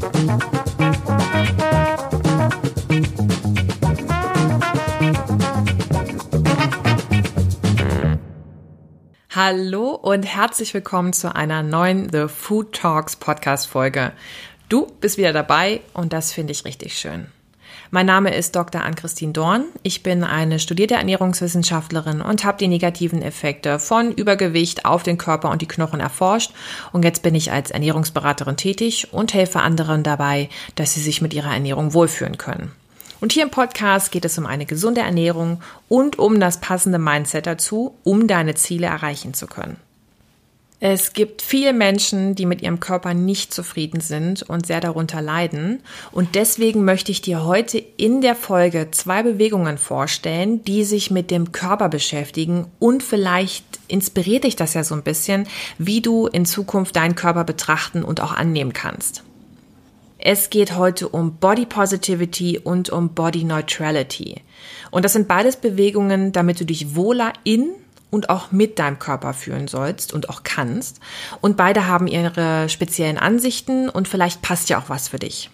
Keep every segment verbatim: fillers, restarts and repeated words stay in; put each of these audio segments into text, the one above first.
Hallo und herzlich willkommen zu einer neuen The Food Talks Podcast Folge. Du bist wieder dabei und das finde ich richtig schön. Mein Name ist Doktor Ann-Christine Dorn. Ich bin eine studierte Ernährungswissenschaftlerin und habe die negativen Effekte von Übergewicht auf den Körper und die Knochen erforscht. Und jetzt bin ich als Ernährungsberaterin tätig und helfe anderen dabei, dass sie sich mit ihrer Ernährung wohlfühlen können. Und hier im Podcast geht es um eine gesunde Ernährung und um das passende Mindset dazu, um deine Ziele erreichen zu können. Es gibt viele Menschen, die mit ihrem Körper nicht zufrieden sind und sehr darunter leiden. Und deswegen möchte ich dir heute in der Folge zwei Bewegungen vorstellen, die sich mit dem Körper beschäftigen. Und vielleicht inspiriert dich das ja so ein bisschen, wie du in Zukunft deinen Körper betrachten und auch annehmen kannst. Es geht heute um Body Positivity und um Body Neutrality. Und das sind beides Bewegungen, damit du dich wohler in und auch mit deinem Körper fühlen sollst und auch kannst. Und beide haben ihre speziellen Ansichten und vielleicht passt ja auch was für dich.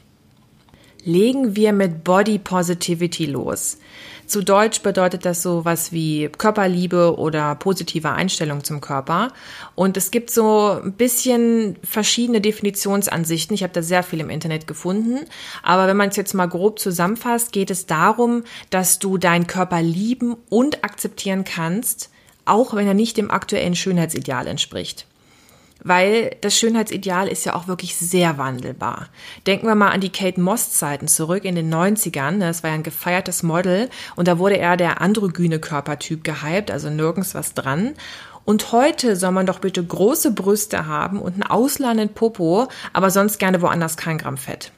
Legen wir mit Body Positivity los. Zu Deutsch bedeutet das so was wie Körperliebe oder positive Einstellung zum Körper. Und es gibt so ein bisschen verschiedene Definitionsansichten. Ich habe da sehr viel im Internet gefunden. Aber wenn man es jetzt mal grob zusammenfasst, geht es darum, dass du deinen Körper lieben und akzeptieren kannst, auch wenn er nicht dem aktuellen Schönheitsideal entspricht. Weil das Schönheitsideal ist ja auch wirklich sehr wandelbar. Denken wir mal an die Kate Moss-Zeiten zurück in den neunzigern. Das war ja ein gefeiertes Model und da wurde eher der androgyne Körpertyp gehypt, also nirgends was dran. Und heute soll man doch bitte große Brüste haben und einen ausladenden Popo, aber sonst gerne woanders kein Gramm Fett.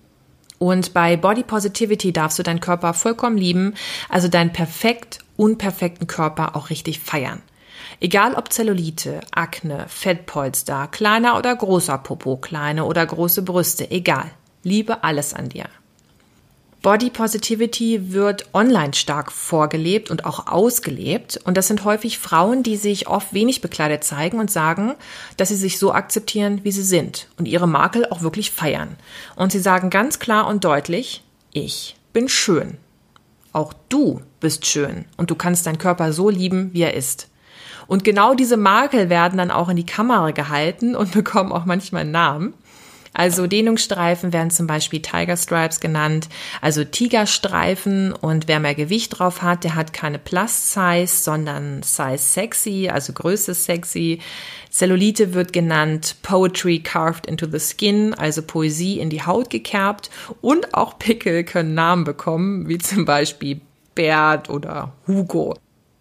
Und bei Body Positivity darfst du deinen Körper vollkommen lieben, also deinen perfekt unperfekten Körper auch richtig feiern. Egal ob Zellulite, Akne, Fettpolster, kleiner oder großer Popo, kleine oder große Brüste, egal. Liebe alles an dir. Body Positivity wird online stark vorgelebt und auch ausgelebt. Und das sind häufig Frauen, die sich oft wenig bekleidet zeigen und sagen, dass sie sich so akzeptieren, wie sie sind und ihre Makel auch wirklich feiern. Und sie sagen ganz klar und deutlich, ich bin schön. Auch du bist schön und du kannst deinen Körper so lieben, wie er ist. Und genau diese Makel werden dann auch in die Kamera gehalten und bekommen auch manchmal einen Namen. Also Dehnungsstreifen werden zum Beispiel Tiger Stripes genannt, also Tigerstreifen. Und wer mehr Gewicht drauf hat, der hat keine Plus Size, sondern Size Sexy, also Größe Sexy. Zellulite wird genannt Poetry carved into the skin, also Poesie in die Haut gekerbt. Und auch Pickel können Namen bekommen, wie zum Beispiel Bert oder Hugo.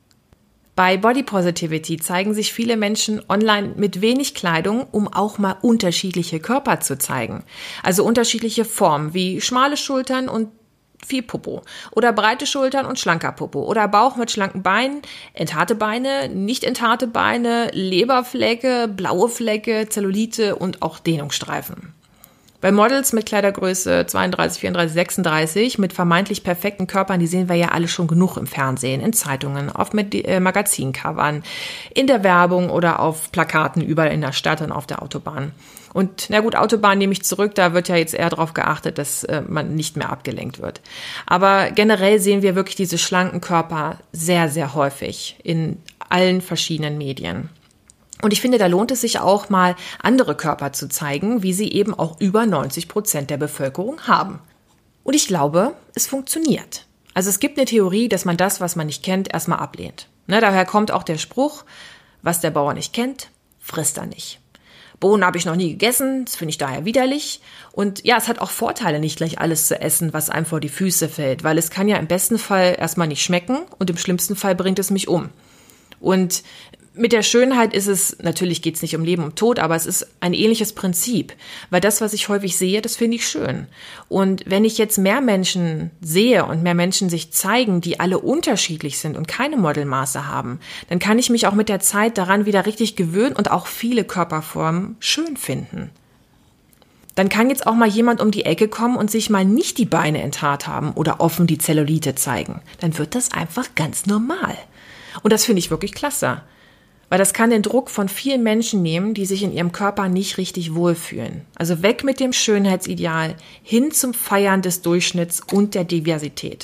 Bei Body Positivity zeigen sich viele Menschen online mit wenig Kleidung, um auch mal unterschiedliche Körper zu zeigen. Also unterschiedliche Formen wie schmale Schultern und viel Popo oder breite Schultern und schlanker Popo oder Bauch mit schlanken Beinen, entharte Beine, nicht entharte Beine, Leberflecke, blaue Flecke, Zellulite und auch Dehnungsstreifen. Bei Models mit Kleidergröße zweiunddreißig, vierunddreißig, sechsunddreißig mit vermeintlich perfekten Körpern, die sehen wir ja alle schon genug im Fernsehen, in Zeitungen, auf Magazincovern, in der Werbung oder auf Plakaten überall in der Stadt und auf der Autobahn. Und na gut, Autobahn nehme ich zurück, da wird ja jetzt eher darauf geachtet, dass äh, man nicht mehr abgelenkt wird. Aber generell sehen wir wirklich diese schlanken Körper sehr, sehr häufig in allen verschiedenen Medien. Und ich finde, da lohnt es sich auch mal, andere Körper zu zeigen, wie sie eben auch über neunzig Prozent der Bevölkerung haben. Und ich glaube, es funktioniert. Also es gibt eine Theorie, dass man das, was man nicht kennt, erstmal ablehnt. Ne, daher kommt auch der Spruch, was der Bauer nicht kennt, frisst er nicht. Bohnen habe ich noch nie gegessen, das finde ich daher widerlich. Und ja, es hat auch Vorteile, nicht gleich alles zu essen, was einem vor die Füße fällt, weil es kann ja im besten Fall erstmal nicht schmecken und im schlimmsten Fall bringt es mich um. Und mit der Schönheit ist es, natürlich geht es nicht um Leben und Tod, aber es ist ein ähnliches Prinzip, weil das, was ich häufig sehe, das finde ich schön. Und wenn ich jetzt mehr Menschen sehe und mehr Menschen sich zeigen, die alle unterschiedlich sind und keine Modelmaße haben, dann kann ich mich auch mit der Zeit daran wieder richtig gewöhnen und auch viele Körperformen schön finden. Dann kann jetzt auch mal jemand um die Ecke kommen und sich mal nicht die Beine enthaart haben oder offen die Zellulite zeigen. Dann wird das einfach ganz normal. Und das finde ich wirklich klasse. Weil das kann den Druck von vielen Menschen nehmen, die sich in ihrem Körper nicht richtig wohlfühlen. Also weg mit dem Schönheitsideal, hin zum Feiern des Durchschnitts und der Diversität.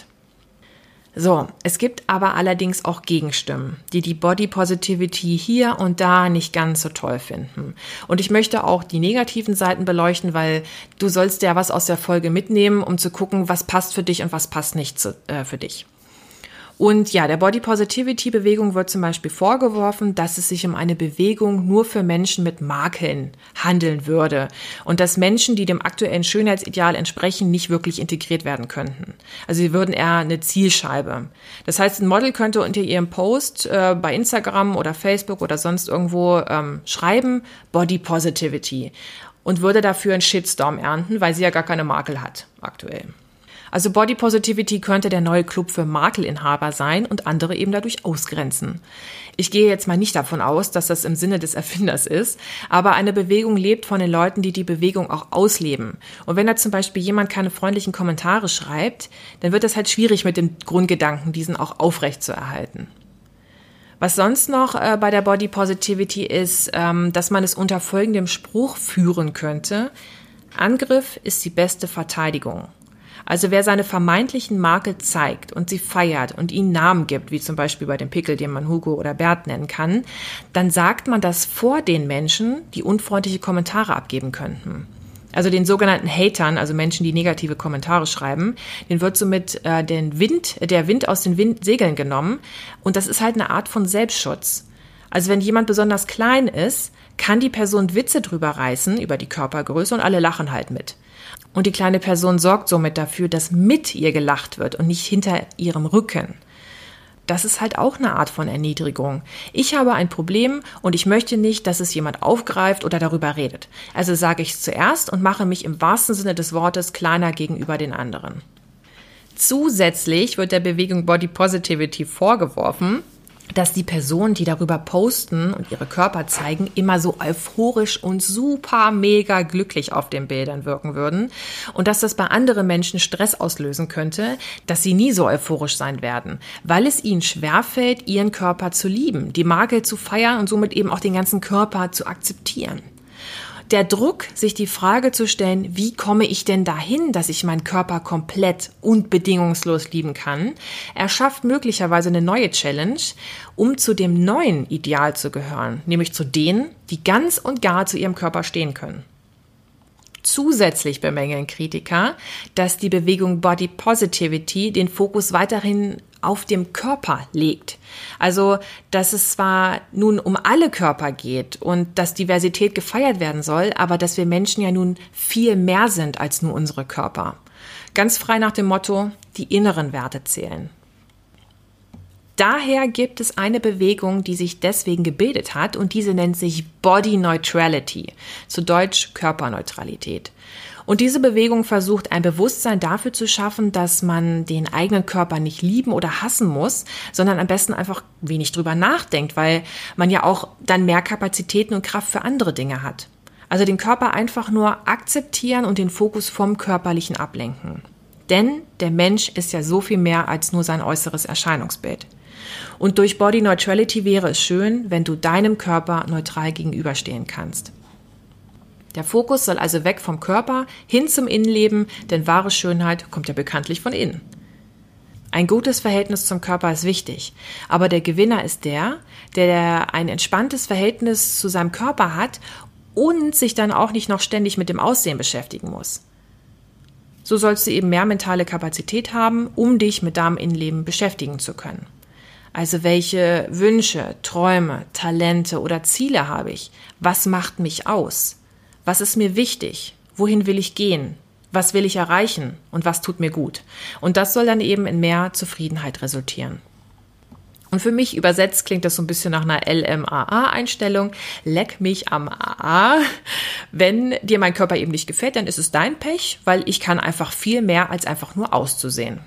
So, es gibt aber allerdings auch Gegenstimmen, die die Body Positivity hier und da nicht ganz so toll finden. Und ich möchte auch die negativen Seiten beleuchten, weil du sollst ja was aus der Folge mitnehmen, um zu gucken, was passt für dich und was passt nicht zu, äh, für dich. Und ja, der Body Positivity Bewegung wird zum Beispiel vorgeworfen, dass es sich um eine Bewegung nur für Menschen mit Makeln handeln würde und dass Menschen, die dem aktuellen Schönheitsideal entsprechen, nicht wirklich integriert werden könnten. Also sie würden eher eine Zielscheibe. Das heißt, ein Model könnte unter ihrem Post äh, bei Instagram oder Facebook oder sonst irgendwo ähm, schreiben, Body Positivity, und würde dafür einen Shitstorm ernten, weil sie ja gar keine Makel hat aktuell. Also Body Positivity könnte der neue Club für Makelinhaber sein und andere eben dadurch ausgrenzen. Ich gehe jetzt mal nicht davon aus, dass das im Sinne des Erfinders ist, aber eine Bewegung lebt von den Leuten, die die Bewegung auch ausleben. Und wenn da zum Beispiel jemand keine freundlichen Kommentare schreibt, dann wird es halt schwierig mit dem Grundgedanken, diesen auch aufrecht zu erhalten. Was sonst noch äh, bei der Body Positivity ist, ähm, dass man es unter folgendem Spruch führen könnte: Angriff ist die beste Verteidigung. Also wer seine vermeintlichen Makel zeigt und sie feiert und ihnen Namen gibt, wie zum Beispiel bei dem Pickel, den man Hugo oder Bert nennen kann, dann sagt man das vor den Menschen, die unfreundliche Kommentare abgeben könnten. Also den sogenannten Hatern, also Menschen, die negative Kommentare schreiben, denen wird somit äh, den Wind, der Wind aus den Wind Segeln genommen. Und das ist halt eine Art von Selbstschutz. Also wenn jemand besonders klein ist, kann die Person Witze drüber reißen, über die Körpergröße, und alle lachen halt mit. Und die kleine Person sorgt somit dafür, dass mit ihr gelacht wird und nicht hinter ihrem Rücken. Das ist halt auch eine Art von Erniedrigung. Ich habe ein Problem und ich möchte nicht, dass es jemand aufgreift oder darüber redet. Also sage ich es zuerst und mache mich im wahrsten Sinne des Wortes kleiner gegenüber den anderen. Zusätzlich wird der Bewegung Body Positivity vorgeworfen, dass die Personen, die darüber posten und ihre Körper zeigen, immer so euphorisch und super mega glücklich auf den Bildern wirken würden und dass das bei anderen Menschen Stress auslösen könnte, dass sie nie so euphorisch sein werden, weil es ihnen schwerfällt, ihren Körper zu lieben, die Makel zu feiern und somit eben auch den ganzen Körper zu akzeptieren. Der Druck, sich die Frage zu stellen, wie komme ich denn dahin, dass ich meinen Körper komplett und bedingungslos lieben kann, erschafft möglicherweise eine neue Challenge, um zu dem neuen Ideal zu gehören, nämlich zu denen, die ganz und gar zu ihrem Körper stehen können. Zusätzlich bemängeln Kritiker, dass die Bewegung Body Positivity den Fokus weiterhin auf dem Körper legt. Also, dass es zwar nun um alle Körper geht und dass Diversität gefeiert werden soll, aber dass wir Menschen ja nun viel mehr sind als nur unsere Körper. Ganz frei nach dem Motto, die inneren Werte zählen. Daher gibt es eine Bewegung, die sich deswegen gebildet hat und diese nennt sich Body Neutrality, zu Deutsch Körperneutralität. Und diese Bewegung versucht, ein Bewusstsein dafür zu schaffen, dass man den eigenen Körper nicht lieben oder hassen muss, sondern am besten einfach wenig drüber nachdenkt, weil man ja auch dann mehr Kapazitäten und Kraft für andere Dinge hat. Also den Körper einfach nur akzeptieren und den Fokus vom Körperlichen ablenken. Denn der Mensch ist ja so viel mehr als nur sein äußeres Erscheinungsbild. Und durch Body Neutrality wäre es schön, wenn du deinem Körper neutral gegenüberstehen kannst. Der Fokus soll also weg vom Körper hin zum Innenleben, denn wahre Schönheit kommt ja bekanntlich von innen. Ein gutes Verhältnis zum Körper ist wichtig, aber der Gewinner ist der, der ein entspanntes Verhältnis zu seinem Körper hat und sich dann auch nicht noch ständig mit dem Aussehen beschäftigen muss. So sollst du eben mehr mentale Kapazität haben, um dich mit deinem Innenleben beschäftigen zu können. Also welche Wünsche, Träume, Talente oder Ziele habe ich? Was macht mich aus? Was ist mir wichtig? Wohin will ich gehen? Was will ich erreichen? Und was tut mir gut? Und das soll dann eben in mehr Zufriedenheit resultieren. Und für mich übersetzt klingt das so ein bisschen nach einer L M A A-Einstellung. Leck mich am A A. Wenn dir mein Körper eben nicht gefällt, dann ist es dein Pech, weil ich kann einfach viel mehr als einfach nur auszusehen.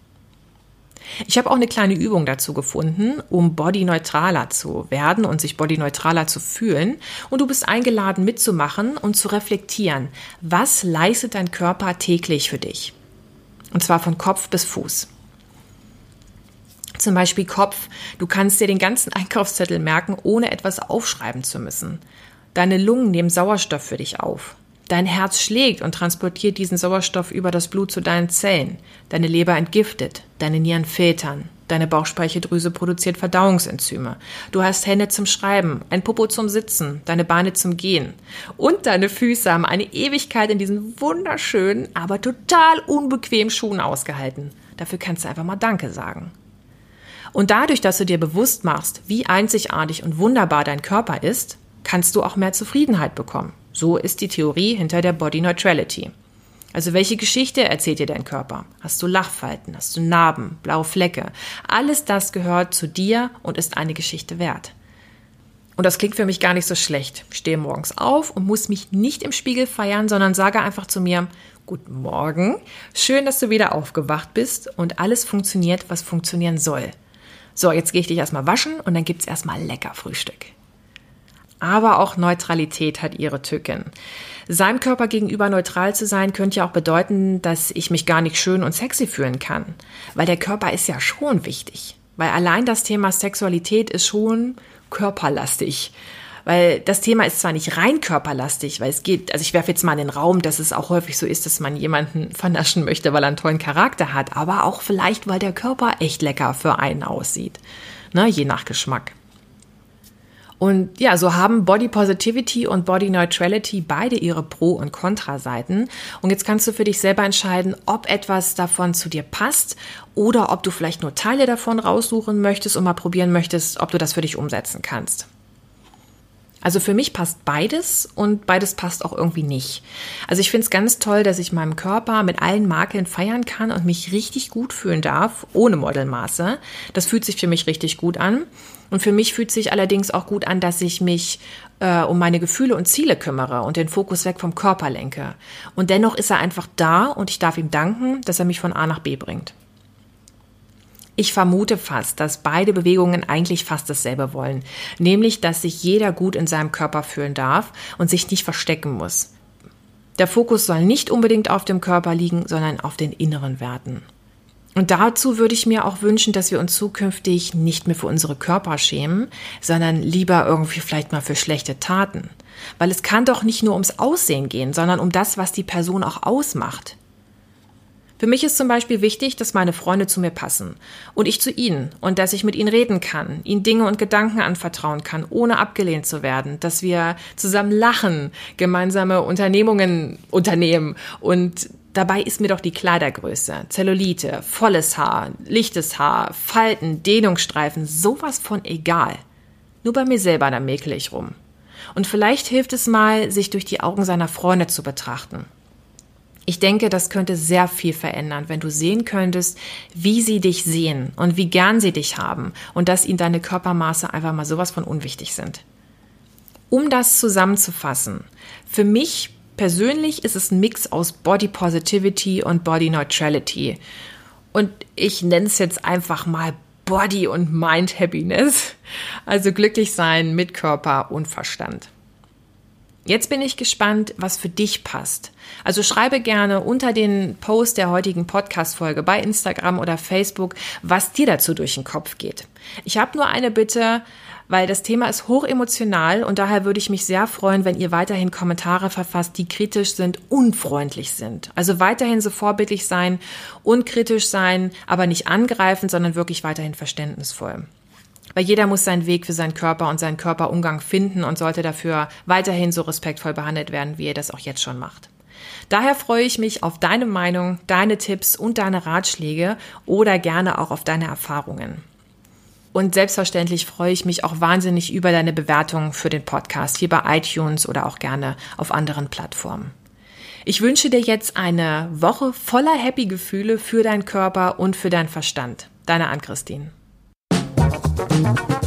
Ich habe auch eine kleine Übung dazu gefunden, um bodyneutraler zu werden und sich bodyneutraler zu fühlen. Und du bist eingeladen mitzumachen und zu reflektieren, was leistet dein Körper täglich für dich? Und zwar von Kopf bis Fuß. Zum Beispiel Kopf. Du kannst dir den ganzen Einkaufszettel merken, ohne etwas aufschreiben zu müssen. Deine Lungen nehmen Sauerstoff für dich auf. Dein Herz schlägt und transportiert diesen Sauerstoff über das Blut zu deinen Zellen. Deine Leber entgiftet, deine Nieren filtern. Deine Bauchspeicheldrüse produziert Verdauungsenzyme. Du hast Hände zum Schreiben, ein Popo zum Sitzen, deine Beine zum Gehen. Und deine Füße haben eine Ewigkeit in diesen wunderschönen, aber total unbequemen Schuhen ausgehalten. Dafür kannst du einfach mal Danke sagen. Und dadurch, dass du dir bewusst machst, wie einzigartig und wunderbar dein Körper ist, kannst du auch mehr Zufriedenheit bekommen. So ist die Theorie hinter der Body Neutrality. Also welche Geschichte erzählt dir dein Körper? Hast du Lachfalten? Hast du Narben? Blaue Flecke? Alles das gehört zu dir und ist eine Geschichte wert. Und das klingt für mich gar nicht so schlecht. Ich stehe morgens auf und muss mich nicht im Spiegel feiern, sondern sage einfach zu mir, guten Morgen, schön, dass du wieder aufgewacht bist und alles funktioniert, was funktionieren soll. So, jetzt gehe ich dich erstmal waschen und dann gibt's erstmal lecker Frühstück. Aber auch Neutralität hat ihre Tücken. Seinem Körper gegenüber neutral zu sein, könnte ja auch bedeuten, dass ich mich gar nicht schön und sexy fühlen kann. Weil der Körper ist ja schon wichtig. Weil allein das Thema Sexualität ist schon körperlastig. Weil das Thema ist zwar nicht rein körperlastig, weil es geht, also ich werfe jetzt mal in den Raum, dass es auch häufig so ist, dass man jemanden vernaschen möchte, weil er einen tollen Charakter hat, aber auch vielleicht, weil der Körper echt lecker für einen aussieht. Ne, je nach Geschmack. Und ja, so haben Body Positivity und Body Neutrality beide ihre Pro- und Kontraseiten. Und jetzt kannst du für dich selber entscheiden, ob etwas davon zu dir passt oder ob du vielleicht nur Teile davon raussuchen möchtest und mal probieren möchtest, ob du das für dich umsetzen kannst. Also für mich passt beides und beides passt auch irgendwie nicht. Also ich finde es ganz toll, dass ich meinem Körper mit allen Makeln feiern kann und mich richtig gut fühlen darf, ohne Modelmaße. Das fühlt sich für mich richtig gut an. Und für mich fühlt sich allerdings auch gut an, dass ich mich äh, um meine Gefühle und Ziele kümmere und den Fokus weg vom Körper lenke. Und dennoch ist er einfach da und ich darf ihm danken, dass er mich von A nach B bringt. Ich vermute fast, dass beide Bewegungen eigentlich fast dasselbe wollen, nämlich, dass sich jeder gut in seinem Körper fühlen darf und sich nicht verstecken muss. Der Fokus soll nicht unbedingt auf dem Körper liegen, sondern auf den inneren Werten. Und dazu würde ich mir auch wünschen, dass wir uns zukünftig nicht mehr für unsere Körper schämen, sondern lieber irgendwie vielleicht mal für schlechte Taten. Weil es kann doch nicht nur ums Aussehen gehen, sondern um das, was die Person auch ausmacht. Für mich ist zum Beispiel wichtig, dass meine Freunde zu mir passen und ich zu ihnen und dass ich mit ihnen reden kann, ihnen Dinge und Gedanken anvertrauen kann, ohne abgelehnt zu werden, dass wir zusammen lachen, gemeinsame Unternehmungen unternehmen und dabei ist mir doch die Kleidergröße, Zellulite, volles Haar, lichtes Haar, Falten, Dehnungsstreifen, sowas von egal. Nur bei mir selber, da mäkle ich rum. Und vielleicht hilft es mal, sich durch die Augen seiner Freunde zu betrachten. Ich denke, das könnte sehr viel verändern, wenn du sehen könntest, wie sie dich sehen und wie gern sie dich haben und dass ihnen deine Körpermaße einfach mal sowas von unwichtig sind. Um das zusammenzufassen, für mich persönlich ist es ein Mix aus Body Positivity und Body Neutrality. Und ich nenne es jetzt einfach mal Body und Mind Happiness, also glücklich sein mit Körper und Verstand. Jetzt bin ich gespannt, was für dich passt. Also schreibe gerne unter den Post der heutigen Podcast-Folge bei Instagram oder Facebook, was dir dazu durch den Kopf geht. Ich habe nur eine Bitte, weil das Thema ist hochemotional und daher würde ich mich sehr freuen, wenn ihr weiterhin Kommentare verfasst, die kritisch sind und freundlich sind. Also weiterhin so vorbildlich sein, unkritisch sein, aber nicht angreifen, sondern wirklich weiterhin verständnisvoll. Weil jeder muss seinen Weg für seinen Körper und seinen Körperumgang finden und sollte dafür weiterhin so respektvoll behandelt werden, wie er das auch jetzt schon macht. Daher freue ich mich auf deine Meinung, deine Tipps und deine Ratschläge oder gerne auch auf deine Erfahrungen. Und selbstverständlich freue ich mich auch wahnsinnig über deine Bewertung für den Podcast hier bei iTunes oder auch gerne auf anderen Plattformen. Ich wünsche dir jetzt eine Woche voller Happy Gefühle für deinen Körper und für deinen Verstand. Deine Ann-Christine. Thank you.